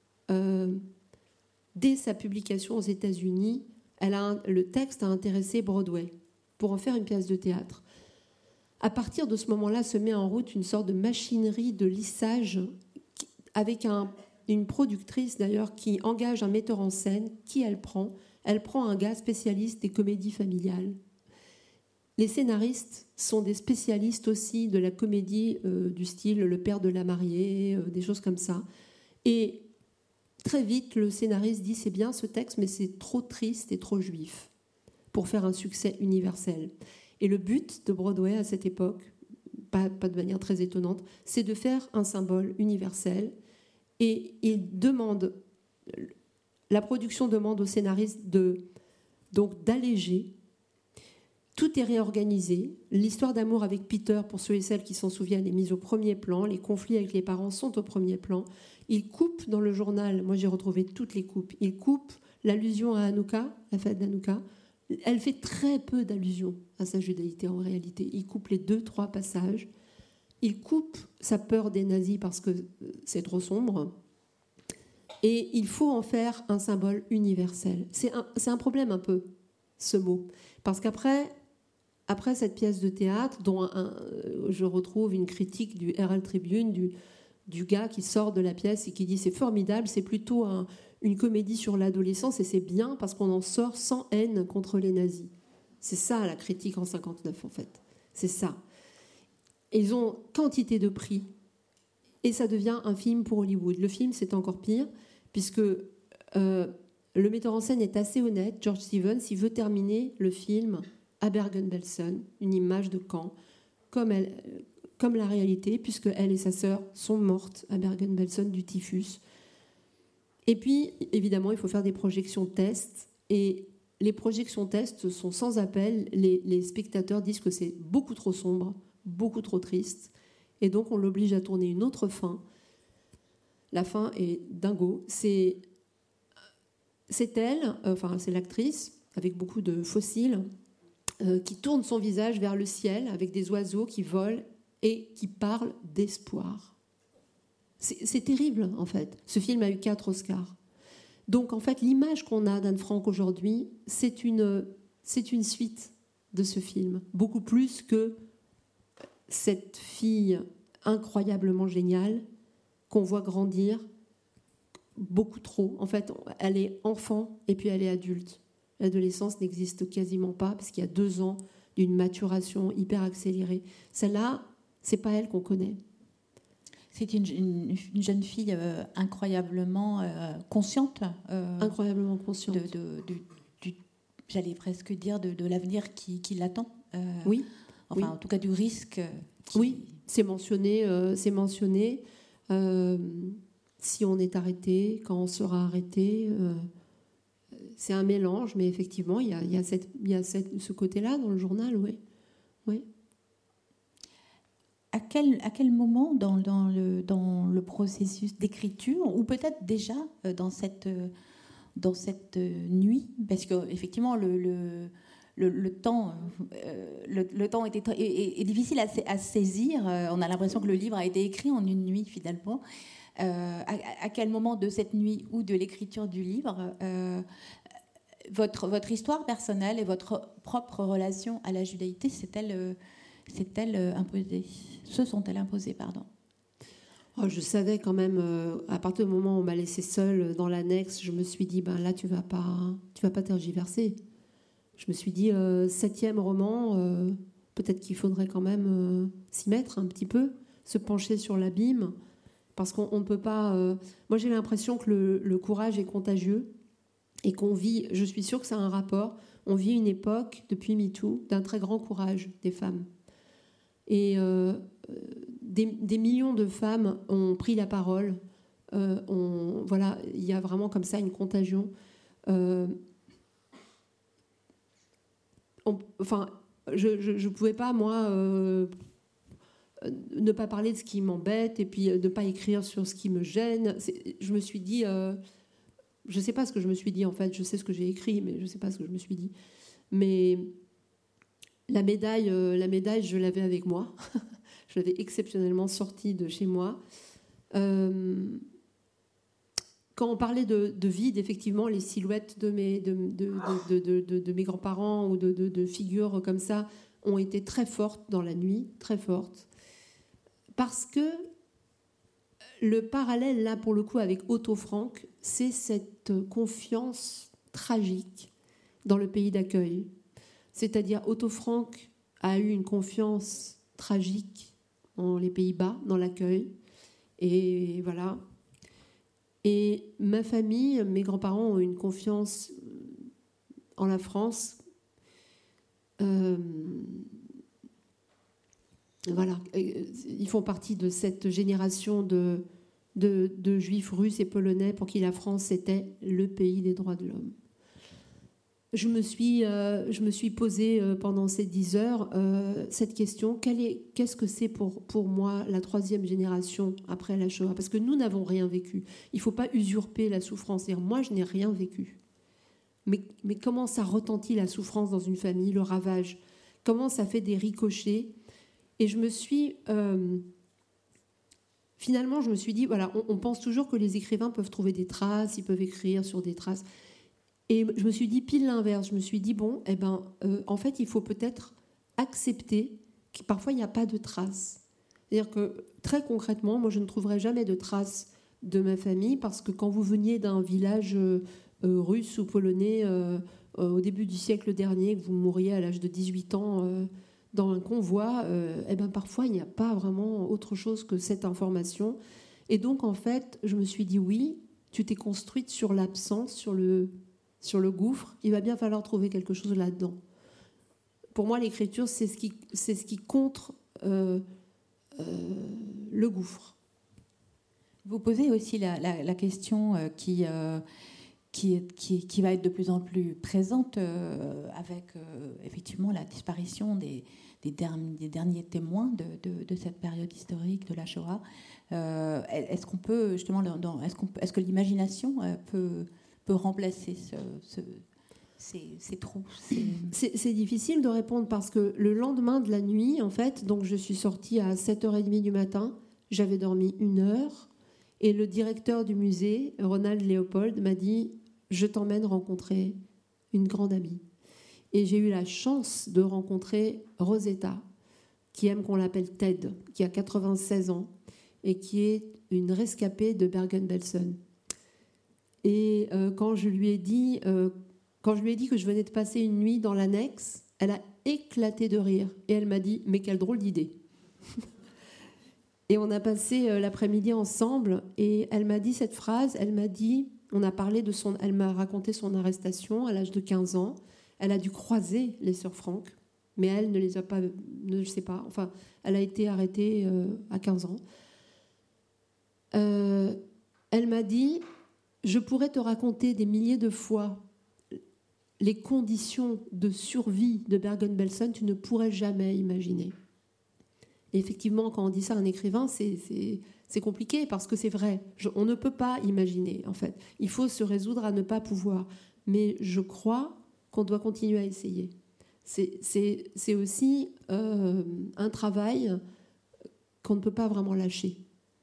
Speaker 1: dès sa publication aux États-Unis, le texte a intéressé Broadway pour en faire une pièce de théâtre. À partir de ce moment-là, se met en route une sorte de machinerie de lissage avec une productrice d'ailleurs qui engage un metteur en scène. Qui elle prend un gars spécialiste des comédies familiales. Les scénaristes sont des spécialistes aussi de la comédie du style Le père de la mariée, des choses comme ça. Et très vite, le scénariste dit c'est bien ce texte, mais c'est trop triste et trop juif pour faire un succès universel. Et le but de Broadway à cette époque, pas de manière très étonnante, c'est de faire un symbole universel. Et la production demande au scénariste donc d'alléger. Tout est réorganisé. L'histoire d'amour avec Peter, pour ceux et celles qui s'en souviennent, est mise au premier plan. Les conflits avec les parents sont au premier plan. Il coupe dans le journal, moi j'ai retrouvé toutes les coupes, il coupe l'allusion à Hanouka, la fête d'Hanouka. Elle fait très peu d'allusions à sa judaïté en réalité. Il coupe les 2-3 passages. Il coupe sa peur des nazis parce que c'est trop sombre. Et il faut en faire un symbole universel. C'est un problème un peu, ce mot. Parce qu'après cette pièce de théâtre, dont je retrouve une critique du Herald Tribune, du gars qui sort de la pièce et qui dit c'est formidable, c'est plutôt une comédie sur l'adolescence et c'est bien parce qu'on en sort sans haine contre les nazis. C'est ça la critique en 59 en fait. C'est ça. Et ils ont quantité de prix et ça devient un film pour Hollywood. Le film c'est encore pire puisque le metteur en scène est assez honnête, George Stevens, il veut terminer le film à Bergen-Belsen, une image de camp, comme la réalité, puisque elle et sa sœur sont mortes à Bergen-Belsen du typhus. Et puis, évidemment, il faut faire des projections tests, et les projections tests sont sans appel. Les spectateurs disent que c'est beaucoup trop sombre, beaucoup trop triste, et donc on l'oblige à tourner une autre fin. La fin est dingo. C'est elle, enfin c'est l'actrice, avec beaucoup de fossiles, qui tourne son visage vers le ciel avec des oiseaux qui volent et qui parlent d'espoir. C'est terrible, en fait. Ce film a eu 4 Oscars. Donc, en fait, l'image qu'on a d'Anne Frank aujourd'hui, c'est une suite de ce film. Beaucoup plus que cette fille incroyablement géniale qu'on voit grandir beaucoup trop. En fait, elle est enfant et puis elle est adulte. L'adolescence n'existe quasiment pas parce qu'il y a 2 ans d'une maturation hyper accélérée. Celle-là, c'est pas elle qu'on connaît.
Speaker 2: C'est une jeune fille incroyablement consciente.
Speaker 1: Incroyablement consciente.
Speaker 2: J'allais presque dire de l'avenir qui l'attend.
Speaker 1: Oui.
Speaker 2: Enfin,
Speaker 1: oui.
Speaker 2: En tout cas, du risque.
Speaker 1: Oui, c'est mentionné. Si on est arrêté, quand on sera arrêté. C'est un mélange, mais effectivement, il y a ce côté-là dans le journal, oui. Oui.
Speaker 2: À quel moment dans le processus d'écriture, ou peut-être déjà dans cette nuit, parce qu'effectivement le temps est difficile à saisir. On a l'impression que le livre a été écrit en une nuit finalement. À quel moment de cette nuit ou de l'écriture du livre votre histoire personnelle et votre propre relation à la judaïté se sont-elles imposées, pardon.
Speaker 1: Je savais quand même, à partir du moment où on m'a laissée seule dans l'annexe, je me suis dit, là, tu vas pas tergiverser. Je me suis dit, 7e roman, peut-être qu'il faudrait quand même s'y mettre un petit peu, se pencher sur l'abîme. Parce qu'on ne peut pas... Moi, j'ai l'impression que le courage est contagieux et qu'on vit... Je suis sûre que ça a un rapport. On vit une époque, depuis MeToo, d'un très grand courage des femmes. Et des millions de femmes ont pris la parole. Voilà, il y a vraiment comme ça une contagion. Enfin, je ne pouvais pas, moi, ne pas parler de ce qui m'embête et puis ne pas écrire sur ce qui me gêne. Je me suis dit... je ne sais pas ce que je me suis dit, en fait. Je sais ce que j'ai écrit, mais je ne sais pas ce que je me suis dit. Mais la médaille, je l'avais avec moi. Je l'avais exceptionnellement sortie de chez moi. Quand on parlait de vide, effectivement, les silhouettes de mes grands-parents ou de figures comme ça ont été très fortes dans la nuit, très fortes. Parce que le parallèle, là, pour le coup, avec Otto Frank, c'est cette confiance tragique dans le pays d'accueil. C'est-à-dire, Otto Frank a eu une confiance tragique dans les Pays-Bas, dans l'accueil. Et voilà. Et ma famille, mes grands-parents ont une confiance en la France. Voilà. Ils font partie de cette génération de juifs russes et polonais pour qui la France était le pays des droits de l'homme. Je me suis posée pendant ces 10 heures cette question, qu'est-ce que c'est pour moi la troisième génération après la Shoah? Parce que nous n'avons rien vécu. Il ne faut pas usurper la souffrance. C'est-à-dire, moi, je n'ai rien vécu. Mais comment ça retentit la souffrance dans une famille, le ravage? Comment ça fait des ricochets? Et je me suis... finalement, je me suis dit, voilà, on pense toujours que les écrivains peuvent trouver des traces, ils peuvent écrire sur des traces. Et je me suis dit pile l'inverse. Je me suis dit, bon, en fait, il faut peut-être accepter que parfois, il n'y a pas de traces. C'est-à-dire que, très concrètement, moi, je ne trouverai jamais de traces de ma famille parce que quand vous veniez d'un village russe ou polonais au début du siècle dernier, que vous mouriez à l'âge de 18 ans dans un convoi, parfois, il n'y a pas vraiment autre chose que cette information. Et donc, en fait, je me suis dit, oui, tu t'es construite sur l'absence, sur le gouffre, il va bien falloir trouver quelque chose là-dedans. Pour moi, l'écriture, c'est ce qui contre le gouffre.
Speaker 2: Vous posez aussi la question qui va être de plus en plus présente avec effectivement la disparition des derniers témoins de cette période historique de la Shoah. Est-ce qu'on peut justement, est-ce que l'imagination peut remplacer ces trous?
Speaker 1: C'est difficile de répondre parce que le lendemain de la nuit, en fait, donc je suis sortie à 7h30 du matin, j'avais dormi 1 heure, et le directeur du musée, Ronald Léopold, m'a dit « Je t'emmène rencontrer une grande amie ». Et j'ai eu la chance de rencontrer Rosetta, qui aime qu'on l'appelle Ted, qui a 96 ans, et qui est une rescapée de Bergen-Belsen. Et quand je lui ai dit que je venais de passer une nuit dans l'annexe, elle a éclaté de rire. Et elle m'a dit « Mais quelle drôle d'idée !» Et on a passé l'après-midi ensemble. Et elle m'a dit cette phrase. Elle m'a raconté son arrestation à l'âge de 15 ans. Elle a dû croiser les sœurs Frank, mais elle ne les a pas... Je ne sais pas. Enfin, elle a été arrêtée à 15 ans. Elle m'a dit... Je pourrais te raconter des milliers de fois les conditions de survie de Bergen-Belsen, tu ne pourrais jamais imaginer. Et effectivement, quand on dit ça à un écrivain, c'est compliqué parce que c'est vrai. On ne peut pas imaginer, en fait. Il faut se résoudre à ne pas pouvoir. Mais je crois qu'on doit continuer à essayer. C'est aussi un travail qu'on ne peut pas vraiment lâcher.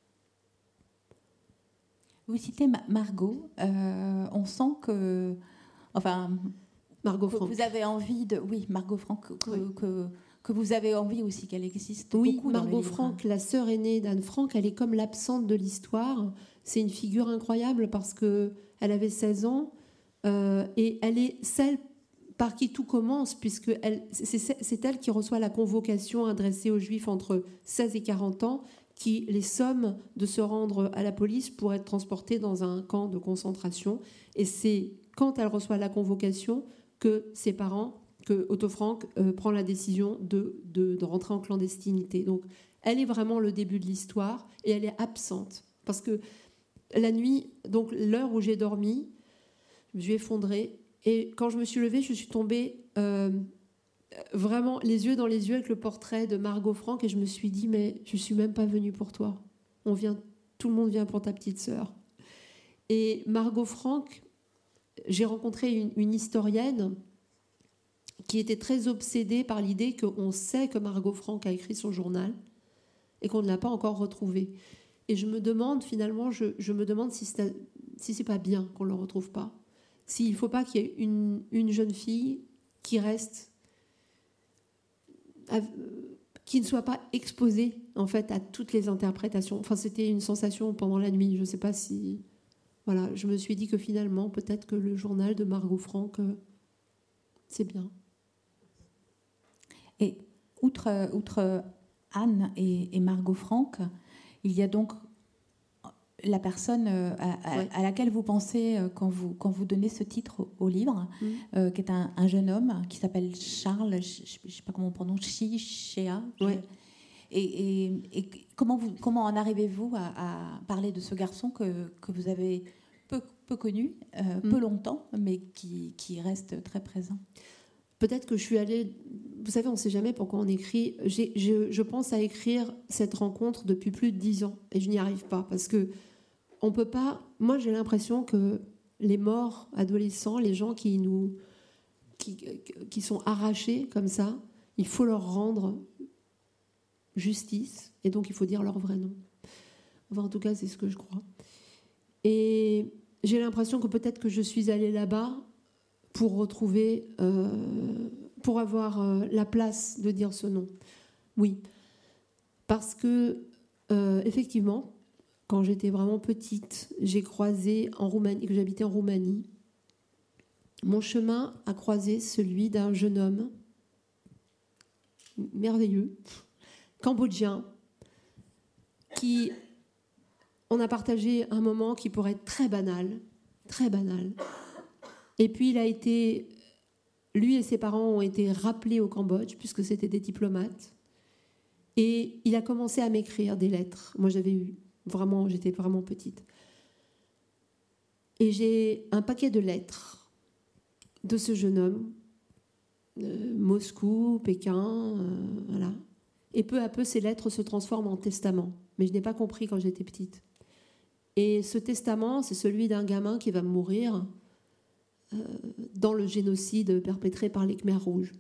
Speaker 2: Vous citez Margot. On sent que... Enfin,
Speaker 1: Margot Frank.
Speaker 2: Vous avez envie de... Oui, Margot Frank, que vous avez envie aussi qu'elle existe
Speaker 1: oui,
Speaker 2: beaucoup.
Speaker 1: Margot Frank, la sœur aînée d'Anne Frank, elle est comme l'absente de l'histoire. C'est une figure incroyable parce qu'elle avait 16 ans et elle est celle par qui tout commence, puisque c'est elle qui reçoit la convocation adressée aux Juifs entre 16 et 40 ans, qui les somme de se rendre à la police pour être transportée dans un camp de concentration. Et c'est quand elle reçoit la convocation que ses parents, que Otto Frank prend la décision de rentrer en clandestinité. Donc, elle est vraiment le début de l'histoire et elle est absente. Parce que la nuit, donc l'heure où j'ai dormi, je me suis effondrée. Et quand je me suis levée, je suis tombée vraiment les yeux dans les yeux avec le portrait de Margot Frank et je me suis dit, mais je ne suis même pas venue pour toi. Tout le monde vient pour ta petite sœur. Et Margot Frank, j'ai rencontré une historienne qui était très obsédée par l'idée qu'on sait que Margot Frank a écrit son journal et qu'on ne l'a pas encore retrouvé. Et je me demande finalement, je me demande si c'est pas bien qu'on ne le retrouve pas. S'il ne faut pas qu'il y ait une jeune fille qui reste, qui ne soit pas exposée en fait à toutes les interprétations. Enfin, c'était une sensation pendant la nuit. Je ne sais pas si, voilà, je me suis dit que finalement, peut-être que le journal de Margot Frank, c'est bien.
Speaker 2: Et outre Anne et Margot Frank, il y a donc la personne à laquelle vous pensez quand vous donnez ce titre au livre, qui est un jeune homme qui s'appelle Charles, je ne sais pas comment on prononce, Chéa.
Speaker 1: Ouais.
Speaker 2: Et comment en arrivez-vous à parler de ce garçon que vous avez peu connu, peu longtemps, mais qui reste très présent?
Speaker 1: Peut-être que je suis allée... Vous savez, on ne sait jamais pourquoi on écrit. Je pense à écrire cette rencontre depuis plus de 10 ans et je n'y arrive pas parce que on peut pas... Moi, j'ai l'impression que les morts adolescents, les gens qui sont arrachés comme ça, il faut leur rendre justice et donc il faut dire leur vrai nom. Enfin, en tout cas, c'est ce que je crois. Et j'ai l'impression que peut-être que je suis allée là-bas pour retrouver... pour avoir la place de dire ce nom. Oui. Parce que, effectivement, quand j'étais vraiment petite, j'ai croisé en Roumanie, que j'habitais en Roumanie, mon chemin a croisé celui d'un jeune homme merveilleux, cambodgien, qui... On a partagé un moment qui pourrait être très banal. Et puis, il a été... Lui et ses parents ont été rappelés au Cambodge, puisque c'était des diplomates. Et il a commencé à m'écrire des lettres. Moi, j'étais vraiment petite. Et j'ai un paquet de lettres de ce jeune homme, Moscou, Pékin, voilà. Et peu à peu, ces lettres se transforment en testament. Mais je n'ai pas compris quand j'étais petite. Et ce testament, c'est celui d'un gamin qui va mourir dans le génocide perpétré par les Khmers rouges.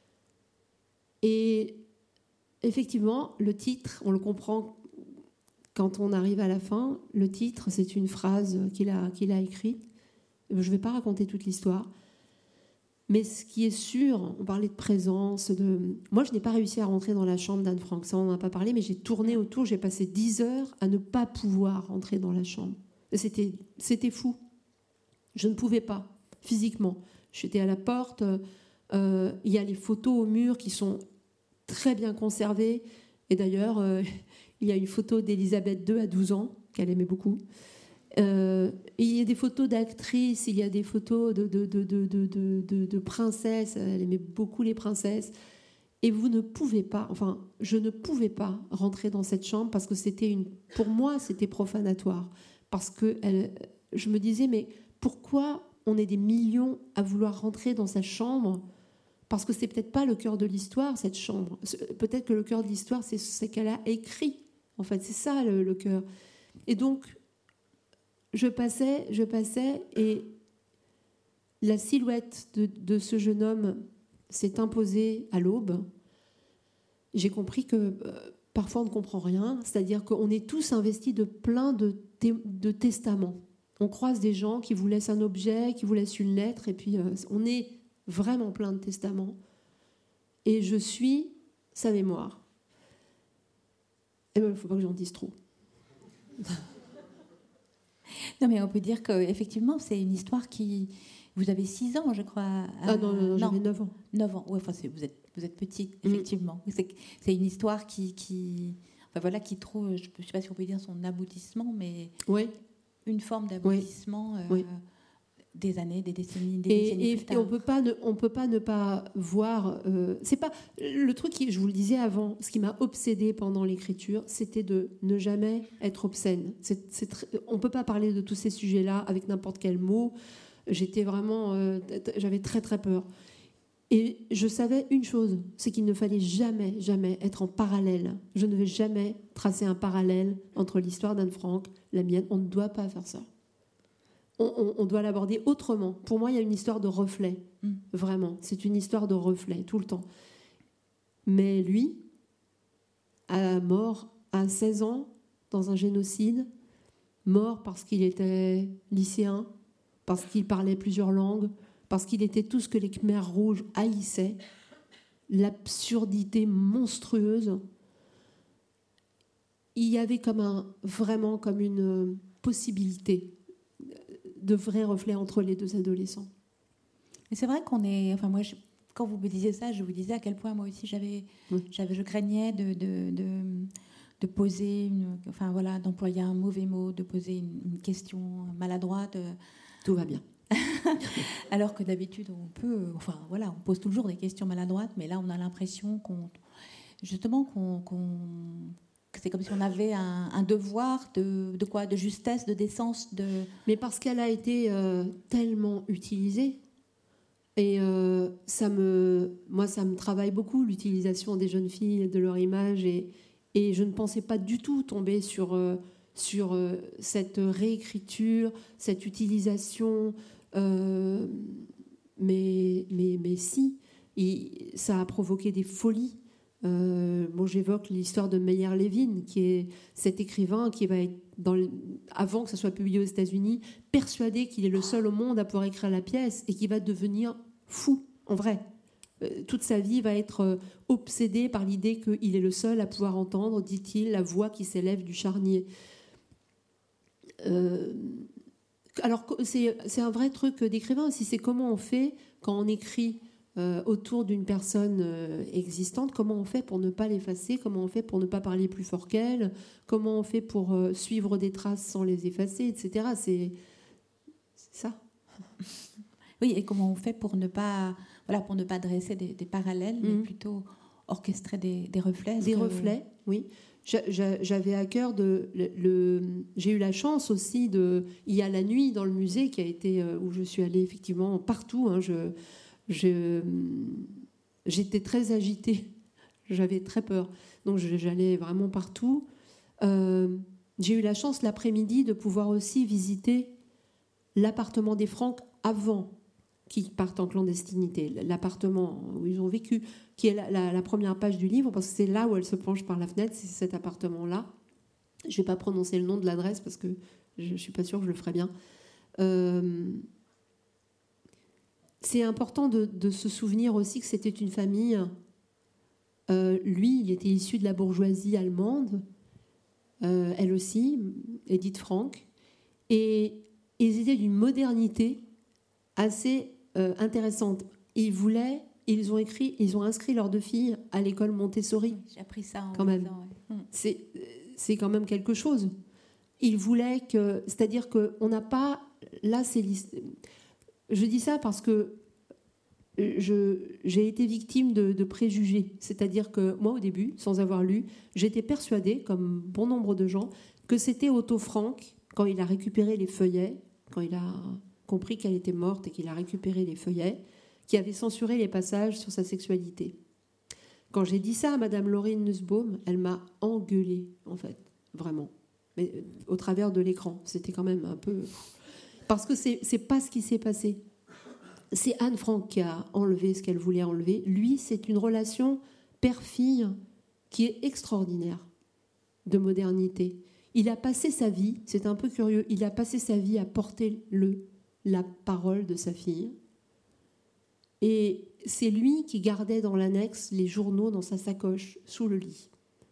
Speaker 1: Et effectivement, le titre, on le comprend quand on arrive à la fin. Le titre, c'est une phrase qu'il a écrite. Je ne vais pas raconter toute l'histoire. Mais ce qui est sûr, on parlait de présence. Moi, je n'ai pas réussi à rentrer dans la chambre d'Anne Frank. Ça, on n'en a pas parlé, mais j'ai tourné autour. J'ai passé 10 heures à ne pas pouvoir rentrer dans la chambre. C'était fou. Je ne pouvais pas. Physiquement. J'étais à la porte, il y a les photos au mur qui sont très bien conservées. Et d'ailleurs, il y a une photo d'Elisabeth II à 12 ans, qu'elle aimait beaucoup. Il y a des photos d'actrices, il y a des photos de princesses. Elle aimait beaucoup les princesses. Et vous ne pouvez pas, enfin, je ne pouvais pas rentrer dans cette chambre parce que pour moi, c'était profanatoire. Parce que je me disais, mais pourquoi on est des millions à vouloir rentrer dans sa chambre? Parce que c'est peut-être pas le cœur de l'histoire, cette chambre. Peut-être que le cœur de l'histoire, c'est ce qu'elle a écrit. En fait, c'est ça le cœur. Et donc, je passais, et la silhouette de ce jeune homme s'est imposée à l'aube. J'ai compris que parfois on ne comprend rien, c'est-à-dire qu'on est tous investis de plein de testaments. On croise des gens qui vous laissent un objet, qui vous laissent une lettre, et puis on est vraiment plein de testaments. Et je suis sa mémoire. Et il ne faut pas que j'en dise trop.
Speaker 2: Non, mais on peut dire qu'effectivement, c'est une histoire qui... Vous avez 6 ans, je crois.
Speaker 1: Non, j'avais 9 ans.
Speaker 2: 9 ans, oui, enfin, vous êtes petit, effectivement. C'est une histoire qui voilà, qui trouve, je ne sais pas si on peut dire son aboutissement, mais
Speaker 1: oui.
Speaker 2: une forme d'aboutissement des années, des décennies plus tard.
Speaker 1: Et on peut pas ne pas voir. C'est pas le truc qui, je vous le disais avant, ce qui m'a obsédée pendant l'écriture, c'était de ne jamais être obscène. On peut pas parler de tous ces sujets-là avec n'importe quel mot. J'étais vraiment, j'avais très très peur. Et je savais une chose, c'est qu'il ne fallait jamais, jamais être en parallèle. Je ne vais jamais tracer un parallèle entre l'histoire d'Anne Frank, la mienne. On ne doit pas faire ça. On doit l'aborder autrement. Pour moi, il y a une histoire de reflet. Vraiment. C'est une histoire de reflet, tout le temps. Mais lui, mort à 16 ans, dans un génocide, mort parce qu'il était lycéen, parce qu'il parlait plusieurs langues, parce qu'il était tout ce que les Khmers rouges haïssaient, l'absurdité monstrueuse. Il y avait vraiment comme une possibilité de vrai reflet entre les deux adolescents.
Speaker 2: Et c'est vrai qu'on est... Enfin, moi, quand vous me disiez ça, je vous disais à quel point moi aussi je craignais de poser enfin voilà, d'employer un mauvais mot, de poser une question maladroite.
Speaker 1: Tout va bien.
Speaker 2: Alors que d'habitude on pose toujours des questions maladroites, mais là on a l'impression que c'est comme si on avait un devoir de justesse, de décence,
Speaker 1: mais parce qu'elle a été tellement utilisée. Et ça me travaille beaucoup, l'utilisation des jeunes filles, de leur image, et je ne pensais pas du tout tomber sur cette réécriture, cette utilisation, mais si, ça a provoqué des folies. J'évoque l'histoire de Meyer Levin, qui est cet écrivain qui va être, avant que ça soit publié aux États-Unis, persuadé qu'il est le seul au monde à pouvoir écrire la pièce et qui va devenir fou, en vrai. Toute sa vie va être obsédé par l'idée qu'il est le seul à pouvoir entendre, dit-il, la voix qui s'élève du charnier. Alors, c'est un vrai truc d'écrivain aussi, c'est comment on fait quand on écrit autour d'une personne existante, comment on fait pour ne pas l'effacer, comment on fait pour ne pas parler plus fort qu'elle, comment on fait pour suivre des traces sans les effacer, etc. C'est ça.
Speaker 2: Oui, et comment on fait pour ne pas dresser des parallèles, mais plutôt orchestrer des reflets.
Speaker 1: Des reflets, oui. J'avais à cœur j'ai eu la chance aussi il y a la nuit dans le musée qui a été où je suis allée effectivement partout. Hein, j'étais très agitée, j'avais très peur, donc j'allais vraiment partout. J'ai eu la chance l'après-midi de pouvoir aussi visiter l'appartement des Franck avant qu'ils partent en clandestinité, l'appartement où ils ont vécu, qui est la première page du livre, parce que c'est là où elle se penche par la fenêtre, c'est cet appartement-là. Je ne vais pas prononcer le nom de l'adresse parce que je ne suis pas sûre que je le ferai bien. C'est important de se souvenir aussi que c'était une famille. Lui, il était issu de la bourgeoisie allemande, elle aussi, Edith Frank, et ils étaient d'une modernité assez intéressante. Ils ont inscrit leurs deux filles à l'école Montessori.
Speaker 2: J'ai appris ça
Speaker 1: quand même. C'est quand même quelque chose. Ils voulaient c'est-à-dire qu'on n'a pas là, je dis ça parce que j'ai été victime de préjugés. C'est-à-dire que moi, au début, sans avoir lu, j'étais persuadée, comme bon nombre de gens, que c'était Otto Frank, quand il a récupéré les feuillets, quand il a compris qu'elle était morte et qu'il a récupéré les feuillets, qui avait censuré les passages sur sa sexualité. Quand j'ai dit ça à Madame Laurine Nussbaum, elle m'a engueulée, en fait, vraiment. Mais au travers de l'écran, c'était quand même un peu... Parce que c'est pas ce qui s'est passé. C'est Anne Frank qui a enlevé ce qu'elle voulait enlever. Lui, c'est une relation père-fille qui est extraordinaire, de modernité. Il a passé sa vie, c'est un peu curieux, il a passé sa vie à porter la parole de sa fille. Et c'est lui qui gardait dans l'annexe les journaux dans sa sacoche, sous le lit.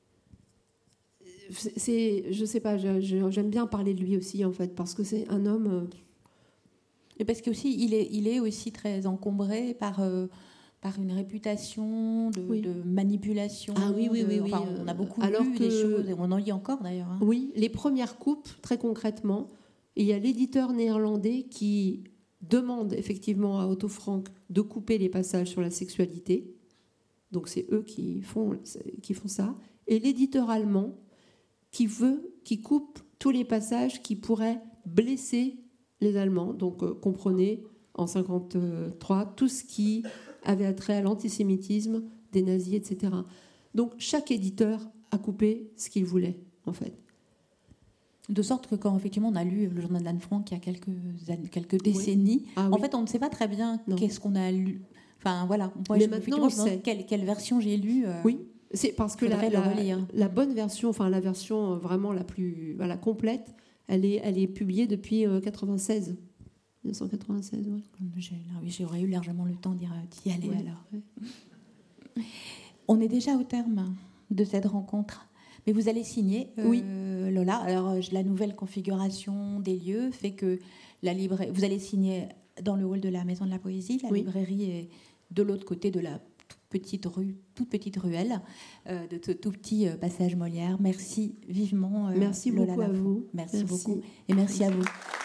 Speaker 1: Je sais pas, j'aime bien parler de lui aussi, en fait, parce que c'est un homme...
Speaker 2: Et parce que aussi, il est aussi très encombré par par une réputation
Speaker 1: Oui.
Speaker 2: de manipulation.
Speaker 1: Ah oui.
Speaker 2: Enfin, on a beaucoup
Speaker 1: alors
Speaker 2: lu des choses, et on en lit encore d'ailleurs. Hein.
Speaker 1: Oui, les premières coupes, très concrètement, il y a l'éditeur néerlandais qui demande effectivement à Otto Frank de couper les passages sur la sexualité. Donc c'est eux qui font ça. Et l'éditeur allemand qui coupe tous les passages qui pourraient blesser les Allemands. Donc comprenez, en 1953, tout ce qui avait attrait à l'antisémitisme des nazis, etc. Donc chaque éditeur a coupé ce qu'il voulait, en fait.
Speaker 2: De sorte que quand effectivement on a lu le journal d'Anne Frank il y a quelques décennies, en fait on ne sait pas très bien qu'est-ce qu'on a lu. Enfin voilà. Moi,
Speaker 1: mais maintenant on sait
Speaker 2: quelle version j'ai lue.
Speaker 1: Oui, c'est parce que la bonne version, enfin la version vraiment la plus complète, elle est publiée depuis 1996. Ouais.
Speaker 2: J'aurais eu largement le temps d'y aller
Speaker 1: oui.
Speaker 2: alors. Ouais. On est déjà au terme de cette rencontre. Mais vous allez signer, Lola. Alors, la nouvelle configuration des lieux fait que vous allez signer dans le hall de la Maison de la Poésie. La librairie est de l'autre côté de la toute petite ruelle, de tout petit passage Molière. Merci vivement,
Speaker 1: merci
Speaker 2: Lola
Speaker 1: beaucoup à vous.
Speaker 2: Merci beaucoup. Et merci à vous.